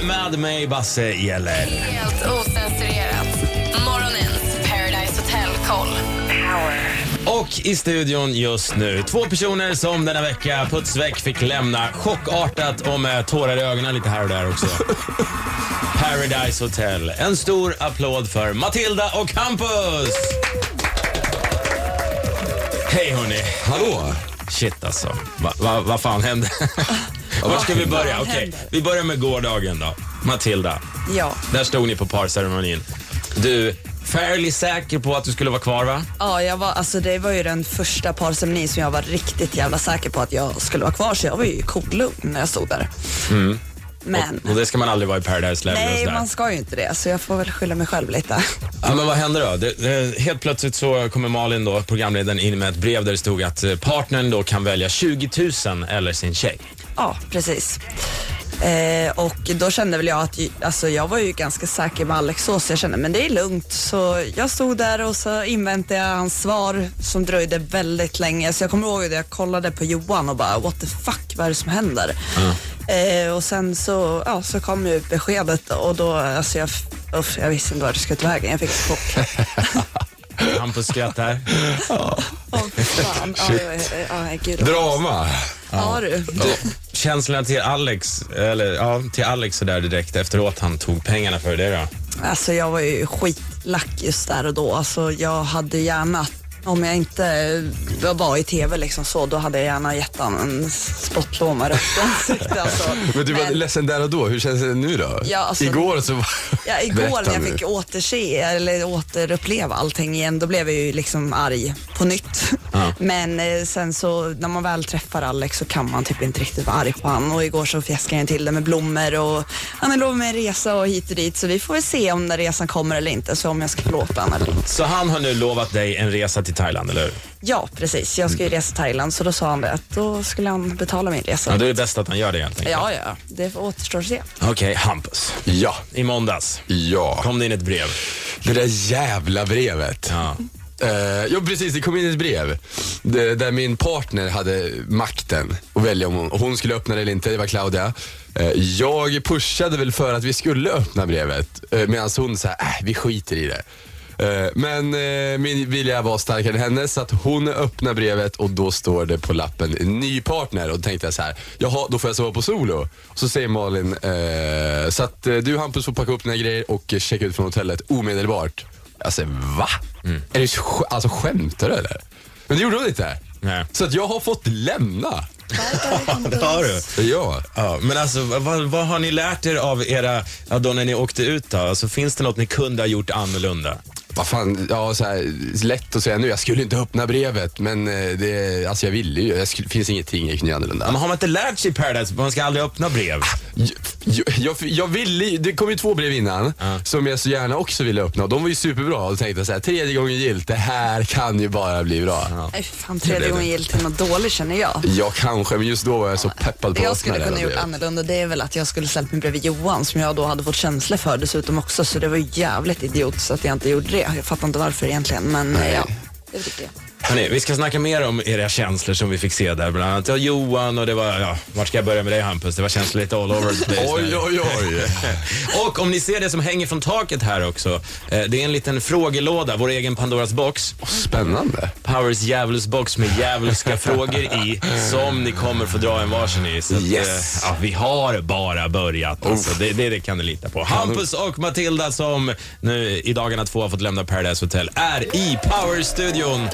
med mig Basse gäller. Helt osensurerat. Morgonens Paradise Hotel-koll. Power. Och i studion just nu 2 personer som denna vecka putsväck fick lämna chockartat och med tårar i ögonen lite här och där också. Paradise Hotel. En stor applåd för Matilda och Hampus. Hej hörni. Hallå. Shit alltså. Vad fan hände? Var ska vi börja? Okej, vi börjar med gårdagen då. Matilda. Ja. Där stod ni på parceremonin. Du, fairly säker på att du skulle vara kvar, va? Ja, det var ju den första parceremonin som jag var riktigt jävla säker på att jag skulle vara kvar, så jag var ju cool när jag stod där. Mm. Men Och det ska man aldrig vara i Paradise Level. nej, man ska ju inte det, så jag får väl skylla mig själv lite. Ja, men vad hände då? Helt plötsligt så kommer Malin då, programledaren, in med ett brev där det stod att partnern då kan välja 20 000 eller sin tjej. Ja, precis. Och då kände väl jag att jag var ju ganska säker med Alex, så jag kände men det är lugnt. Så jag stod där och så inväntade jag hans svar som dröjde väldigt länge. Så jag kommer ihåg att jag kollade på Johan och bara what the fuck, vad är det som händer? Och sen så kom ju beskedet och då, jag visste inte vad det skulle ta vägen. Jag fick chock. Hampus skrattar. Fan. Gud. Drama. Ja, du. Känslorna till Alex, till Alex så där direkt efteråt han tog pengarna för det då? Alltså jag var ju skitlack just där och då. Alltså jag hade gärna, om jag inte var i tv liksom så, då hade jag gärna gett han en spottlåma rött ansikte. Alltså. Men du var ledsen där och då, hur känns det nu då? Ja, alltså, igår så igår när jag fick återuppleva allting igen, då blev jag ju liksom arg på nytt. Men sen så när man väl träffar Alex så kan man typ inte riktigt vara arg på han. Och igår så fjäskade jag till det med blommor och han har lovat mig en resa och hit och dit, så vi får väl se om när resan kommer eller inte, så om jag ska förlåta han eller inte. Så han har nu lovat dig en resa till Thailand, eller hur? Ja, precis. Jag ska ju resa till Thailand, så då sa han det att då skulle han betala min resa. Ja, det är bäst att han gör det egentligen. Ja, det återstår att se. Okej, Hampus. Ja. I måndags kom det in ett brev. Det där jävla brevet. Ja. Ja, precis, det kom in ett brev där min partner hade makten att välja om hon skulle öppna det eller inte. Det var Claudia. Jag pushade väl för att vi skulle öppna brevet, medan hon sa vi skiter i det. Men min vilja var starkare än hennes, så att hon öppnar brevet och då står det på lappen ny partner. Och då tänkte jag så här, jaha, då får jag sova på solo. Så säger Malin, så att du Hampus får packa upp dina grejer och checka ut från hotellet omedelbart. Jag säger, va? Är det skämtar du eller? Men det gjorde hon inte. Nej. Så att jag har fått lämna. Det har du. Ja. Men alltså, vad har ni lärt er av era, då när ni åkte ut då? Alltså, finns det något ni kunde ha gjort annorlunda? Vad fan, så här, lätt att säga nu, jag skulle inte öppna brevet, men jag ville ju, det finns ingenting jag kunde göra annorlunda. Men har man inte lärt sig i Paradise, man ska aldrig öppna brev? Jag ville, det kom ju 2 brev innan som jag så gärna också ville öppna, och de var ju superbra, och tänkte så här, 3:e gången gillt, det här kan ju bara bli bra. Nej fan, 3:e gången gillt är något dåligt, känner jag. Ja, kanske, men just då var jag så peppad på jag skulle kunna gjort annorlunda, det är väl att jag skulle ställt mig bredvid Johan, som jag då hade fått känslor för dessutom också, så det var ju jävligt idiot så att jag inte gjorde det. Jag fattar inte varför egentligen, men ja, det tycker jag. Hörrni, vi ska snacka mer om era känslor som vi fick se där, bland annat Johan, och det var, vart ska jag börja med dig Hampus? Det var känslor lite all over the place. Oj. Och om ni ser det som hänger från taket här också, det är en liten frågelåda, vår egen Pandoras box. Spännande. Powers djävulsbox med djävulska frågor i, som ni kommer få dra en varsin i. Så yes. vi har bara börjat. Alltså, det kan ni lita på. Hampus och Matilda, som nu i dagarna 2 har fått lämna Paradise Hotel, är i Power-studion.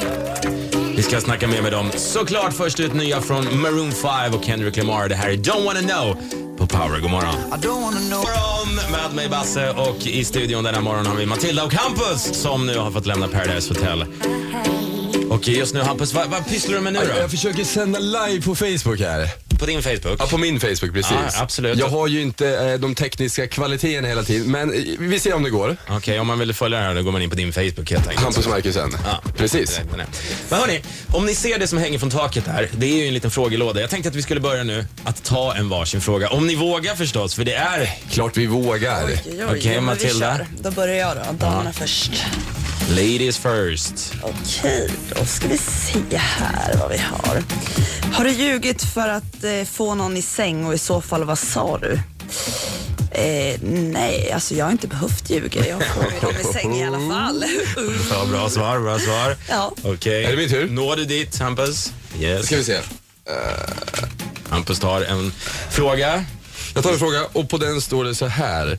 Vi ska snacka mer med dem. Såklart först ut nya från Maroon 5 och Kendrick Lamar. Det här är Don't Wanna Know på Power. God morgon. Morgon med mig Basse, och i studion denna morgon har vi Matilda och Hampus som nu har fått lämna Paradise Hotel. Och just nu Hampus, vad pysslar du med nu då? Jag försöker sända live på Facebook här. På din Facebook? Ja, på min Facebook, precis. Ja, absolut. Jag har ju inte de tekniska kvaliteterna hela tiden, men vi ser om det går. Okej, om man vill följa det här, då går man in på din Facebook helt enkelt. Hampus Markusen. Ja, precis. Men hörni, om ni ser det som hänger från taket här, det är ju en liten frågelåda. Jag tänkte att vi skulle börja nu att ta en varsin fråga. Om ni vågar förstås, för det är... Klart vi vågar. Okej, Matilda. Då börjar jag då, damerna först. Ladies first. Okej, då ska vi se här vad vi har. Har du ljugit för att få någon i säng, och i så fall vad sa du? Nej, alltså jag har inte behövt ljuga. Jag får ju dem i säng i alla fall. Ja, bra svar. Ja. Okej. Är det min tur? Når du dit, Hampus? Yes. Ska vi se. Hampus tar en fråga. Jag tar en fråga och på den står det så här.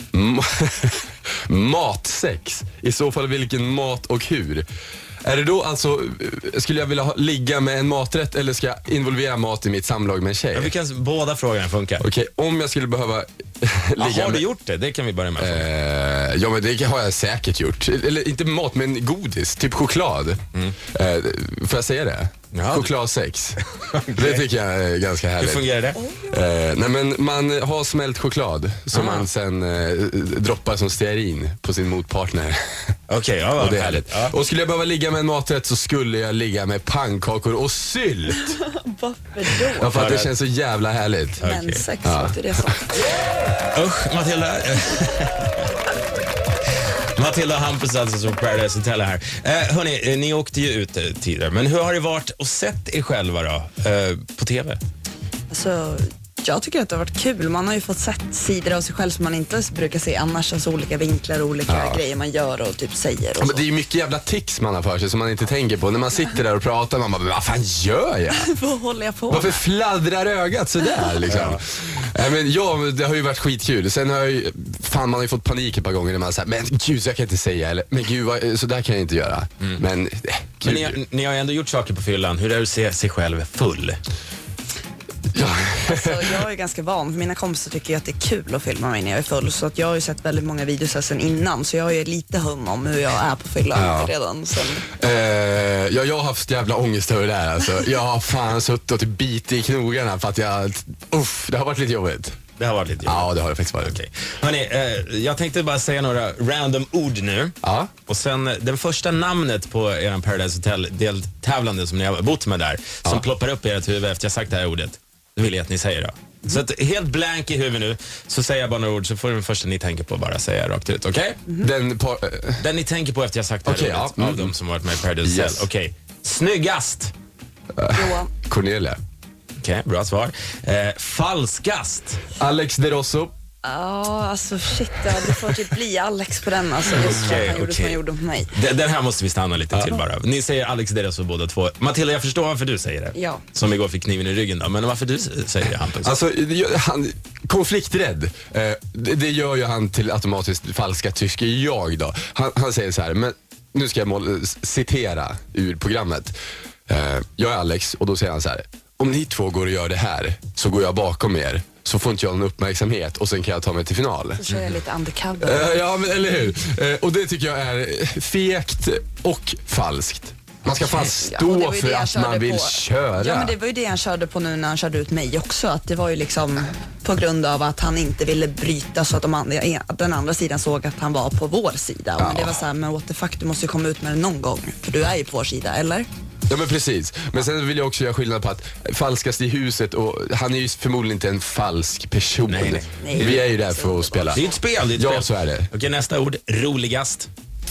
Matsex. I så fall vilken mat och hur? Är det då alltså, skulle jag vilja ligga med en maträtt eller ska jag involvera mat i mitt samlag med en tjej? Ja, båda frågorna funkar. Okej, om jag skulle behöva ligga Har med... du gjort det? Det kan vi börja med. Ja, men det har jag säkert gjort. Eller inte mat, men godis. Typ choklad. Får jag säga det? Ja, Chokladsex. Det tycker jag är ganska Hur härligt. fungerar det? Nej, men man har smält choklad som man sen droppar som stearin på sin motpartner. Okej, ja, Och det är härligt. härligt. Och skulle jag behöva ligga med en maträtt så skulle jag ligga med pannkakor och sylt. Varför då? Ja, för att det känns så jävla härligt. Men sex, vet du det så? Usch, Matilda. Matilda och Hampus alltså som Paradise Hotel här. Hörni, ni åkte ju ut tidigare. Men hur har det varit att sett er själva då? På TV? Alltså, jag tycker att det har varit kul. Man har ju fått sett sidor av sig själv som man inte brukar se annars. Alltså olika vinklar och olika grejer man gör och typ säger och Men det är ju mycket jävla tics man har för sig som man inte tänker på. När man sitter där och pratar, man bara, vad fan gör jag? Vad håller jag på Varför med? fladdrar ögat sådär liksom? Men ja, det har ju varit skitkul. Sen har jag ju, man har ju fått panik ett par gånger när man säger, men gud, så jag kan inte säga, eller men gud, så där kan jag inte göra. Men Ni har ändå gjort saker på fyllan. Hur är det att se sig själv full? Alltså, jag är ganska van, för mina kompisar tycker att det är kul att filma mig när jag är full. Så att jag har ju sett väldigt många videos sen innan. Så jag har ju lite hum om hur jag är på fyllan redan sen. Jag har haft jävla ångest över det här alltså. Jag har fan suttit och typ bitit i knogarna för att det har varit lite jobbigt. Det har varit lite jobbigt. Ja, det har det faktiskt varit. Okej. Hörrni, jag tänkte bara säga några random ord nu. Ja. Och sen det första namnet på er Paradise Hotel-deltävlande som ni har bott med där, som ploppar upp i ert huvud efter jag sagt det här ordet. Det vill jag att ni säger då. Så att helt blank i huvudet nu, så säger jag bara några ord så får den första ni tänker på bara säga rakt ut, okej? Den ni tänker på efter jag sagt det här ordet av de som varit med i Paradise Hotel. Okej. Snyggast. Johan. Cornelia. Okej, bra svar. Falskast. Alex De Rosso. Ja, alltså shit, det får typ bli Alex på den alltså. Just Okej, han gjorde som han gjorde på mig. Den här måste vi stanna lite till bara. Ni säger Alex deras för båda två. Matilda, jag förstår varför du säger det. Ja. Som igår fick kniven i ryggen då. Men varför du säger det, Hampus? Alltså, han konflikträdd. Det gör ju han till automatiskt falska, tycker jag då. Han säger så här, men nu ska jag citera ur programmet. Jag är Alex och då säger han så här: om ni två går och gör det här så går jag bakom er. Så får inte jag någon uppmärksamhet och sen kan jag ta mig till final. Så kör jag lite undercover. Ja, men eller hur? Och det tycker jag är fegt och falskt. Man ska fan stå för att man vill köra. Ja, men det var ju det han körde på nu när han körde ut mig också. Att det var ju liksom på grund av att han inte ville bryta så att den andra sidan såg att han var på vår sida. Och det var så här, men what the fuck, du måste ju komma ut med det någon gång. För du är ju på vår sida, eller? Ja, men precis. Men sen vill jag också göra skillnad på att falskast i huset, och han är ju förmodligen inte en falsk person. Nej. Vi är ju där för att spela. Det är ett spel. Ja, så är det. Okej, nästa ord. Roligast.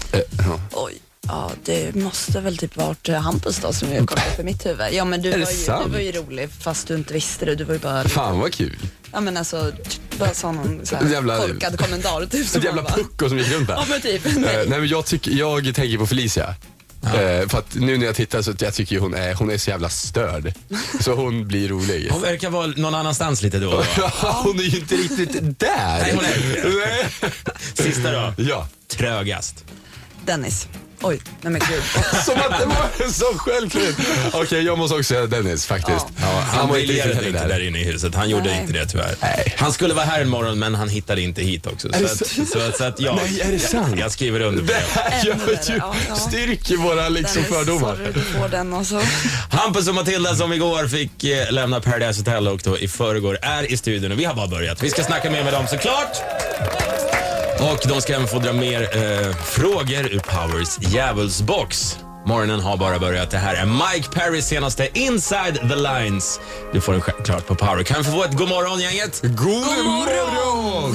Oj. Ja, det måste väl typ varit Hampus då som jag kom upp i mitt huvud. Ja, men du var ju rolig fast du inte visste det. Du var ju bara... Fan vad kul. Ja, men alltså, bara sa någon så här korkad kommentar typ. Ett jävla pucko som gick runt där. Ja, men typ. Nej, men jag tänker på Felicia. För att nu när jag tittar så jag tycker hon är så jävla störd. Så hon blir rolig. Hon verkar vara någon annanstans lite då. Hon är ju inte riktigt där. Nej, hon är. Sista då. Ja. Trögast. Dennis. Oj, nej men gud. Som att det var en så självklart. Okej, jag måste också säga Dennis faktiskt. Ja, han var briljerade inte där inne i huset. Han gjorde inte det tyvärr. Nej. Han skulle vara här imorgon men han hittade inte hit också. Så att jag, nej, är det sant? Jag skriver under på Det det. här gör ju styrker våra liksom fördomar. Sorry, du får den alltså. Hampus och Matilda som igår fick lämna Paradise Hotel och då i förrgår är i studion och vi har bara börjat. Vi ska snacka mer med dem såklart. Och de ska även få dra mer frågor ur Powers djävulsbox. Morgonen har bara börjat. Det här är Mike Perrys senaste Inside the Lines. Du får den självklart på Power. Kan vi få ett god morgon, gänget? God morgon!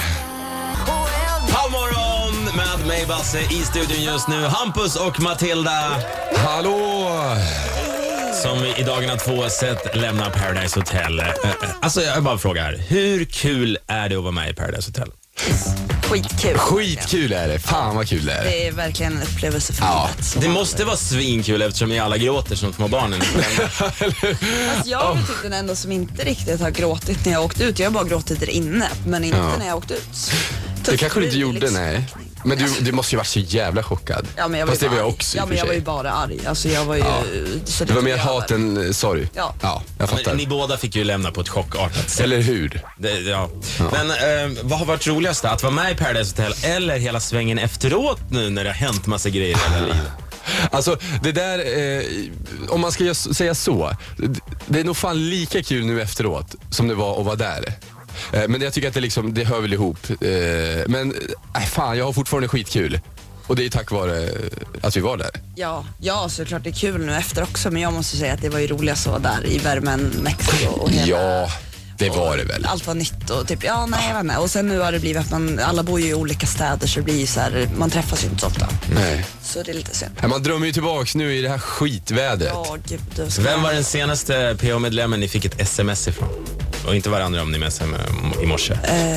Powermorgon med mig, Basse, i studion just nu. Hampus och Matilda. Hallå! som i dagarna 2 sett lämnar Paradise Hotel. Alltså jag bara frågar, hur kul är det att vara med i Paradise Hotel? Skitkul. Skitkul är det. Fan vad kul det är. Det är verkligen en upplevelse för Ja. livet. Det måste vara svinkul eftersom ni alla gråter som små barnen. Alltså, jag har väl typ den enda som inte riktigt har gråtit när jag åkt ut. Jag har bara gråtit där inne, men inte när jag åkt ut. Det kanske du inte gjorde, nej. Men du måste ju varit så jävla chockad. Ja, men jag var Fast ju det var bara jag arg. också. Ja, men jag var ju bara arg. Alltså jag var ju... Så Det var mer tog hat över. än sorg. Ja. Jag fattar. Men ni båda fick ju lämna på ett chockartat sätt. Eller hur? Ja. Men vad har varit roligast då? Att vara med i Paradise Hotel eller hela svängen efteråt nu när det har hänt massa grejer i hela livet? Alltså det där, om man ska säga så, det är nog fan lika kul nu efteråt som det var att vara där. Men jag tycker att det hör väl ihop. Men fan, jag har fortfarande skitkul. Och det är tack vare att vi var där. Ja, såklart det är kul nu efter också, men jag måste säga att det var ju roligast att vara där i värmen, Mexiko och hela... Ja, det var det väl. Allt var nytt och typ, jag vet inte. Och sen nu har det blivit att alla bor ju i olika städer så det blir ju så här, man träffas ju inte så ofta. Nej. Så det är lite synd. Man drömmer ju tillbaks nu i det här skitvädret. Ja, gud. Vem var den senaste PH-medlemmen ni fick ett sms ifrån? Och inte varandra om ni messade i morse.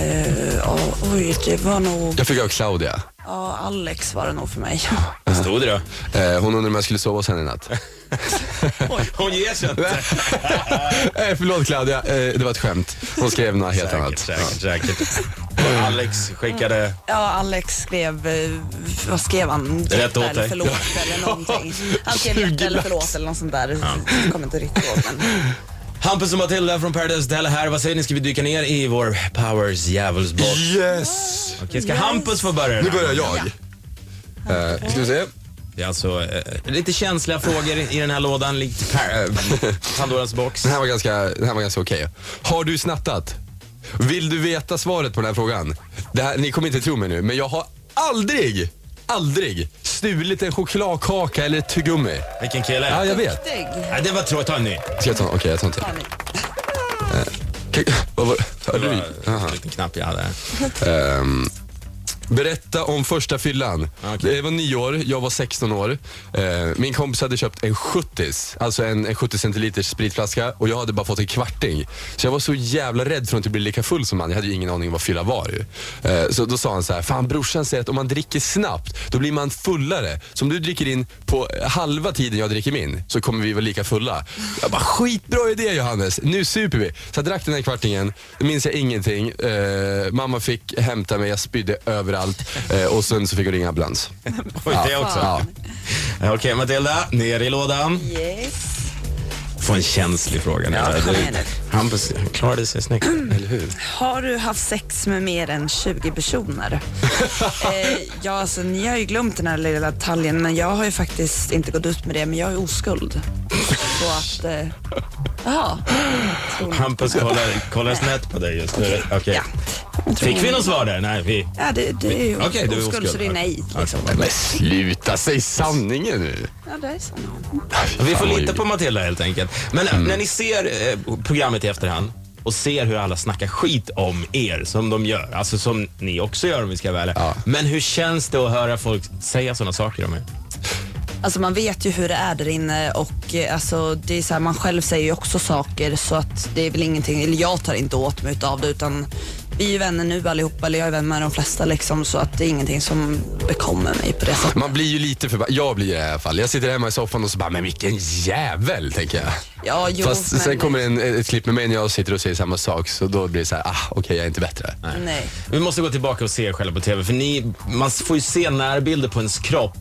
Oj, det var nog... Jag fick av Claudia. Ja, Alex var det nog för mig. Stod det då? Hon undrade om jag skulle sova hos henne i natt. Hon ger sig inte. Förlåt Claudia, det var ett skämt. Hon skrev något helt annat. Säkert. Och Alex skickade... Ja, Alex skrev, vad skrev han? Rätt åt eller dig. förlåt eller någonting. Han skrev rätt eller förlåt eller något sånt där. Jag kommer inte riktigt ihåg, men... Hampus och Matilda från Paradise Hotel här. Vad säger ni? Ska vi dyka ner i vår Powers djävulsbox? Yes! Okej, ska Hampus få börja? Nu börjar jag. Ska vi se. Det är alltså lite känsliga frågor i den här lådan, likt Pandoras box. Den här var ganska okej. Har du snattat? Vill du veta svaret på den här frågan? Ni kommer inte tro mig nu, men jag har aldrig stulit en chokladkaka eller ett tuggummi. Vilken kille? Ja, jag vet. Nej, det var tråkigt. Ta en ny. Ska jag ta? Okej, jag tar en till. Vad var Det du? var en liten knapp jag hade. Berätta om första fyllan. Okej. Det var 9 år, jag var 16 år. Min kompis hade köpt en 70s, alltså en 70 centiliters spritflaska, och jag hade bara fått en kvarting. Så jag var så jävla rädd för att inte bli lika full som han. Jag hade ju ingen aning om vad fylla var ju. Så då sa han så här: fan, brorsan säger att om man dricker snabbt, då blir man fullare. Så om du dricker in på halva tiden jag dricker min, så kommer vi vara lika fulla. Jag bara, skitbra idé Johannes, nu super vi. Så jag drack den här kvartingen, då minns jag ingenting. Mamma fick hämta mig, jag spydde överallt. Och sen så fick jag ringa ambulans. Oj, det också. Ja. Okej, Matilda, ner i lådan. Yes. Få en känslig fråga nu. Ja, kom igen nu. Hampus klarade sig snyggt, eller hur? Har du haft sex med mer än 20 personer? Ja, alltså ni har ju glömt den här lilla detaljen, men jag har ju faktiskt inte gått ut med det, men jag är oskuld. Så att, jaha. Hampus kollar snett på dig just nu. Okej. Ja. Fick vi något svar där? Nej, vi... Ja, det är ju Okej, du är oskuld, så det är nej. Liksom. Men sluta, säg sanningen nu. Ja, det är sant. Vi får lita på Matilda helt enkelt. Men när ni ser programmet i efterhand och ser hur alla snackar skit om er som de gör, alltså som ni också gör om vi ska vara ärliga. Ja. Men hur känns det att höra folk säga sådana saker om er? Alltså man vet ju hur det är där inne och alltså det är så här, man själv säger ju också saker, så att det är väl ingenting, eller jag tar inte åt mig av det, utan vi är ju vänner nu allihopa, eller jag är vän med de flesta liksom, så att det är ingenting som bekommer mig på det sättet. Man blir ju lite jag blir i det här fall. Jag sitter hemma i soffan och så bara, men vilken jävel, tänker jag. Ja, jo, Fast men... sen kommer ett klipp med mig när jag sitter och säger samma sak, så då blir det så här, okej, jag är inte bättre. Nej. Vi måste gå tillbaka och se er själva på TV, för man får ju se närbilder på ens kropp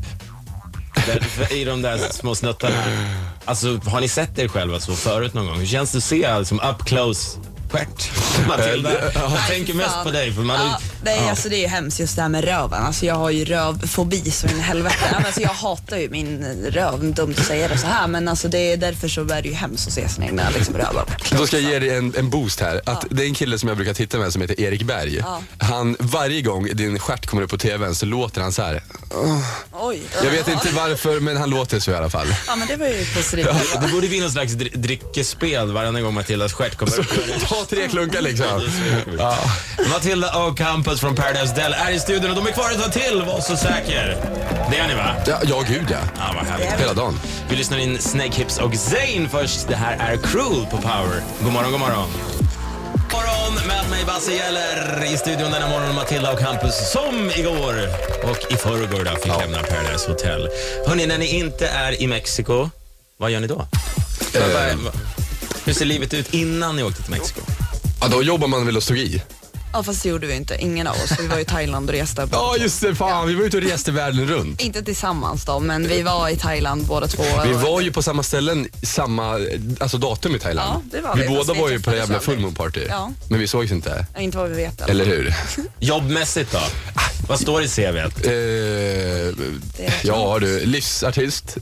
i de där små snuttarna. Alltså, har ni sett er själva så förut någon gång? Hur känns det att se liksom up close stjärt? Matilda, jag tänker mest på dig. För man Alltså det är ju hemskt just det här med röven. Alltså jag har ju rövfobi så in i helvete. Alltså jag hatar ju min röv, dumt att säga det så här, men alltså det är därför så är det ju hemskt att se sina egna liksom rövar. Då ska jag ge dig en boost här. Att det är en kille som jag brukar titta med som heter Erik Berg. Han, varje gång din stjärt kommer upp på tvn så låter han så här. Oj. Jag vet inte varför, men han låter så i alla fall. Ja, men det var ju positivt. Det borde bli någon slags dryckespel varje gång Matildas stjärt kommer upp. Ta 3 klunkar liksom. Ja. Matilda och Hampus från Paradise Del är i studion och de är kvar ett tag till, var så säker. Det är ni va? Ja, gud ja. Ja, vad härligt. Hela dagen. Vi lyssnar in Snake Hips och Zayn först. Det här är Cruel på Power. God morgon, god morgon. Morgon med mig Basse Gäller i studion denna morgon, Matilda och Hampus som igår och i förrgår då fick lämna Paradise Hotel. Hörrni, när ni inte är i Mexiko, vad gör ni då? Hur ser livet ut innan ni åkte till Mexiko? Ja, då jobbar man väl och stod i. Ja, fast det gjorde vi inte. Ingen av oss. Vi var i Thailand och reste. Ja, just det. Fan, vi var ute och reste världen runt. Inte tillsammans då, men vi var i Thailand båda två. Vi var ju på samma ställen, samma datum i Thailand. Ja, det var vi. vi. Båda Fast vi var ju på det jävla träffades aldrig. full moon party. Ja. Men vi sågs inte. Ja, inte vad vi vet. Eller hur? Jobbmässigt då? Vad står i CV:t? Ja du, livsartist,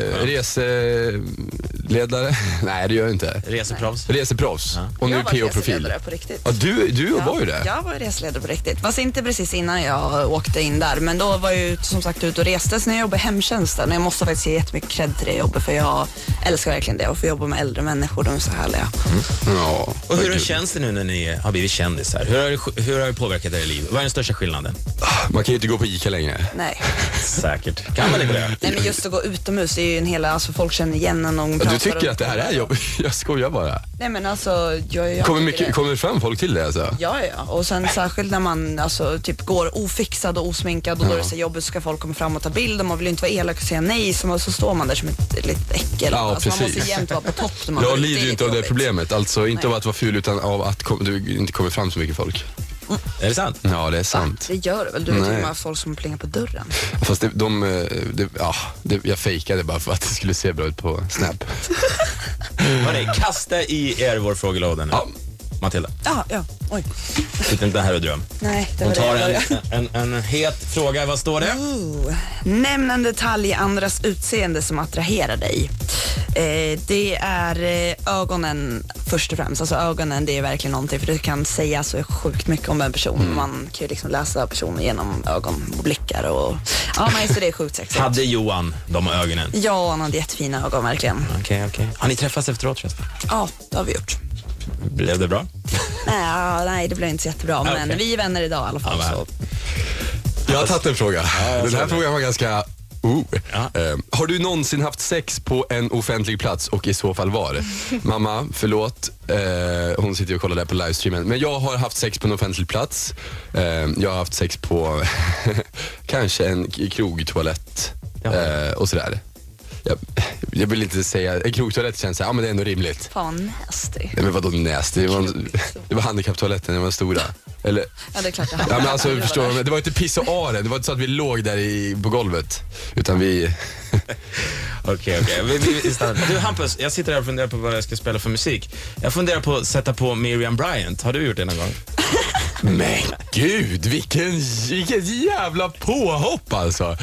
reseledare. Nej, det gör jag inte. Reseproffs? Ja. Och nu jag var PO-profil. reseledare på riktigt. Ja, du var ju det. Jag var reseledare på riktigt. Fast inte precis innan jag åkte in där. Men då var jag ju som sagt ute och reste när jag jobbade i hemtjänsten. Jag måste faktiskt ge jättemycket cred till det jobbet. För jag älskar verkligen det. Och få jobba med äldre människor, de är så härliga. Ja. Och hur känns det nu när ni har blivit kändisar? Hur har det påverkat er liv? Vad är den största skillnaden? Man kan ju inte gå på ICA längre. Nej. Säkert. Kan man inte det? Nej, men just att gå utomhus, det är ju en hela, alltså folk känner igen en och Du tycker att det här är jobb? Jag skojar bara. Nej men alltså, jag Kommer det fram folk till det alltså? Ja. Och sen särskilt när man alltså, typ går ofixad och osminkad och då är det så jobbigt så ska folk komma fram och ta bilder. Man vill ju inte vara elak och säga nej, så står man där som ett litet äckel. Ja, alltså, man precis. måste jämt vara på topp. Jag lider ju inte av det problemet. Alltså inte Nej. av att vara ful utan av att du inte kommer fram så mycket folk. Är det sant? Ja, det är sant. Det gör det väl? Du vet ju hur många folk som plingar på dörren. Fast jag fejkade bara för att det skulle se bra ut på Snap. Hörrni, kasta i er vår frågelåda nu. Ja. Matilda. Ja, oj. Sitt inte här och dröm. Nej, det Hon var tar det. en het fråga. Vad står det? Nämn en detalj i andras utseende som attraherar dig. Det är ögonen först och främst. Alltså ögonen, det är verkligen någonting, för det kan säga så sjukt mycket om en person. Man kan ju liksom läsa personen genom ögonblickar och ja, men så det är sjukt sexigt. Hade Johan de ögonen? Ja, han hade jättefina ögon verkligen. Okej. Har ni träffats efteråt förresten? Ja, det har vi gjort. Blev det bra? Nej, det blev inte så jättebra, men okej. vi är vänner idag i alla fall. Ja, Så. Jag har tagit en fråga. Den här frågan var ganska... Ja. Har du någonsin haft sex på en offentlig plats och i så fall var? Mamma, förlåt. Hon sitter och kollar där på livestreamen. Men jag har haft sex på en offentlig plats. Jag har haft sex på kanske en krogtoalett och sådär. Jag vill inte säga, en krogtoalett känns men det är ändå rimligt. Fan, nasty. Nej, men vadå nasty? Det var handikapptoaletten, den var stora. Eller? Ja, det är klart. Ja, men alltså, förstår du, det var inte piss och are. Det var inte så att vi låg där på golvet. Utan vi... Okej. Du Hampus, jag sitter här och funderar på vad jag ska spela för musik. Jag funderar på att sätta på Miriam Bryant. Har du gjort det någon gång? Men gud, vilken jävla påhopp alltså.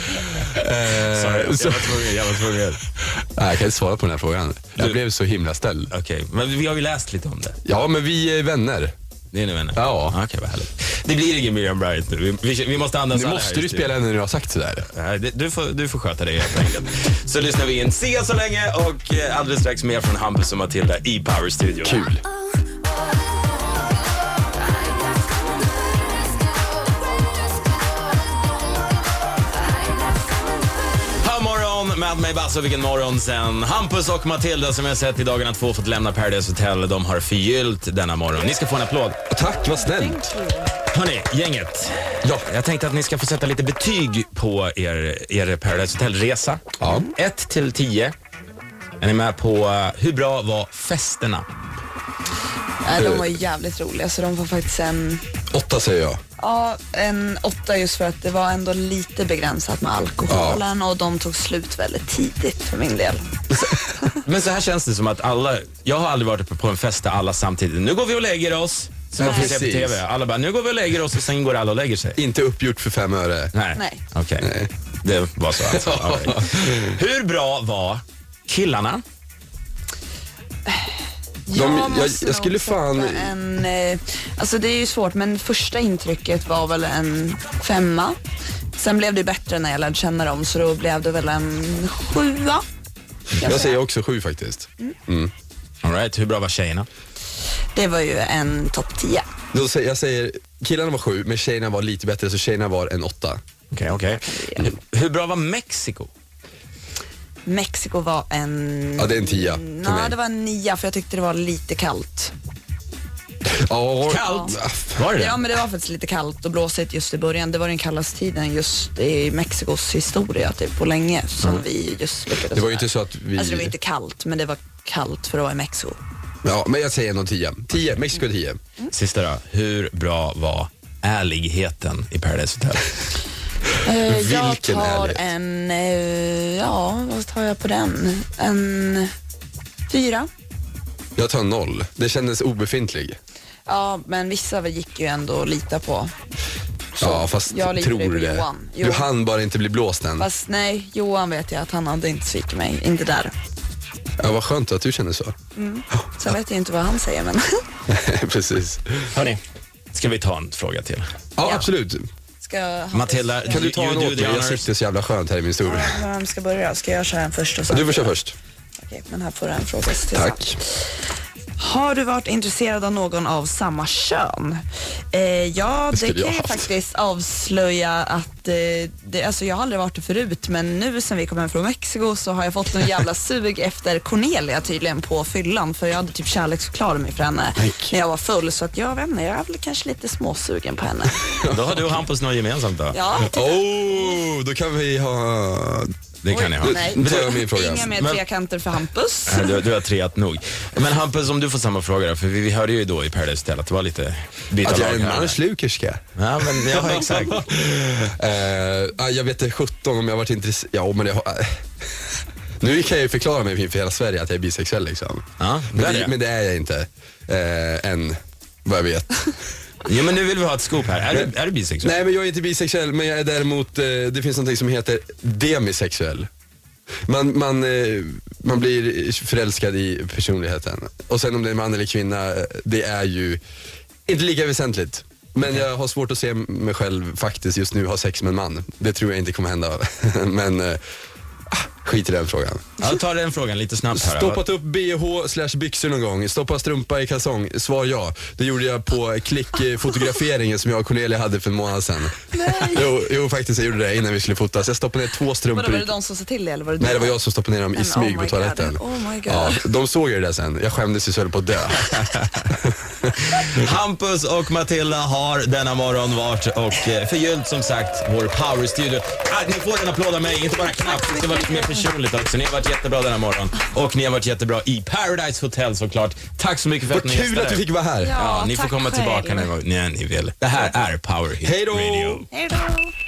Sorry, jag var tvungen. Nej, jag kan inte svara på den här frågan. Jag blev så himla ställd. Okej, men vi har ju läst lite om det. Ja, men vi är vänner. Det är ni vänner? Ja. Okej, vad härligt. Det blir ingen Miriam Bryant nu. Vi måste andas Nu alla måste här i du studion. spela när du har sagt sådär. Nej, du får sköta det helt enkelt. Så lyssnar vi in Se så länge och alldeles strax mer från Hampus och Matilda i Power Studio. Kul. Med mig Basse, vilken morgon sen. Hampus och Matilda som jag sett i dagarna 2 fått lämna Paradise Hotel. De har förgyllt denna morgon. Ni ska få en applåd. Tack, vad snällt. Hörrni, gänget. Ja. Jag tänkte att ni ska få sätta lite betyg på er Paradise Hotel-resa. Ja. 1-10. Är ni med på hur bra var festerna? De var jävligt roliga, så de var faktiskt 8 säger jag. Ja, en 8 just för att det var ändå lite begränsat med alkoholen och de tog slut väldigt tidigt för min del. Men så här känns det som att jag har aldrig varit på en fest där alla samtidigt, nu går vi och lägger oss. Som man får se på TV. Alla bara, nu går vi och lägger oss och sen går alla och lägger sig. Inte uppgjort för 5 öre. Nej. Okej. Det var så alltså. Okay. Hur bra var killarna? Jag skulle fan... Alltså det är ju svårt, men första intrycket var väl en 5. Sen blev det bättre när jag lärde känna dem, så då blev det väl en 7. Jag säger också 7 faktiskt. All right, hur bra var tjejerna? Det var ju en topp 10. Jag säger, killarna var 7, men tjejerna var lite bättre, så tjejerna var en 8. Okej. Hur bra var Mexiko? Mexiko var en... Ja, det är en 10 för mig. Nej, det var en 9 för jag tyckte det var lite kallt. Ja, Kallt? Var det? Ja, men det var faktiskt lite kallt och blåsigt just i början. Det var den kallaste tiden just i Mexikos historia typ på länge som vi just lyckades. Det var ju inte så att vi... Alltså det var inte kallt, men det var kallt för att vara i Mexiko. Ja, men jag säger ändå 10. 10, Mexiko 10. Sista då. Hur bra var ärligheten i Paradise Hotel? Jag Vilken tar ärlighet. vad tar jag på den? En 4. Jag tar 0. Det kändes obefintlig. Ja, men vissa gick ju ändå att lita på. Ja, fast jag litar tror på du det? Johan. Du hann bara inte bli blåst än. Fast nej, Johan vet jag att han hade inte svikit mig. Inte där. Ja, vad skönt att du känner så. Sen vet jag inte vad han säger, men... Precis. Hörni, ska vi ta en fråga till? Ja, Ja. absolut. Ska jag Matilda, Kan du ta en do åt the mig? Jag honors. sitter så jävla skönt här i min stol. Vem ska börja? Ska jag köra en först? Och sen Du får köra först. Okej, men här får du en fråga till. Tack. Har du varit intresserad av någon av samma kön? Ja, det skulle kan jag jag haft. faktiskt avslöja att alltså jag har aldrig varit det förut, men nu sen vi kom hem från Mexiko så har jag fått en jävla sug efter Cornelia tydligen på fyllan, för jag hade typ kärleksförklarat mig för henne när jag var full, så att jag vet inte, jag är väl kanske lite småsugen på henne. Då har du och Hampus något gemensamt då? Ja, Då kan vi ha... Det kan ni ha. nej. Nu tar jag min fråga. Inga mer Men- trekanter för Hampus. Du har treat nog. Men Hampus, om du får samma fråga då, för vi hörde ju då i Paradise Hotel att det var lite byta Att jag är lag en här. manslukerska. Ja, men ja, exakt. Jag vet inte 17 om jag har varit intresserad. Ja, men jag har... Nu kan jag ju förklara mig inför hela Sverige att jag är bisexuell liksom. Ja, det är det. Men det är jag inte. Än, vad jag vet. Ja, men nu vill vi ha ett scoop här. Är du bisexuell? Nej, men jag är inte bisexuell, men jag är däremot, det finns något som heter demisexuell. Man blir förälskad i personligheten. Och sen om det är man eller kvinna, det är ju inte lika väsentligt. Men jag har svårt att se mig själv faktiskt just nu ha sex med en man. Det tror jag inte kommer hända. Men skit i den frågan. Ja, ta den frågan lite snabbt här. Stoppat upp BH/byxor någon gång. Stoppa strumpa i kalsong. Svar ja. Det gjorde jag på klickfotograferingen som jag och Cornelia hade för en månad sedan. Jo, faktiskt jag gjorde det innan vi skulle fotas. Jag stoppade ner 2 strumpor Var i... det de som sa till det eller var det du? Nej, det var jag som stoppade ner dem i Men, smyg oh på my toaletten. God. Oh my God. Ja, de såg ju det där sen. Jag skämdes ju så på att dö. Hampus och Matilda har denna morgon varit och förgyllt som sagt vår Power Studio. Ni får en applåd av mig, inte bara knappt. Det ska vara lite mer personligt också. Ni har varit jättebra denna morgon. Och ni har varit jättebra i Paradise Hotel såklart. Tack så mycket för att Vad ni kul gästade. att du fick vara här. Ja, ni får tack komma själv. tillbaka när ni vill. Det här är Power Hit Hej då! Radio. Hej då!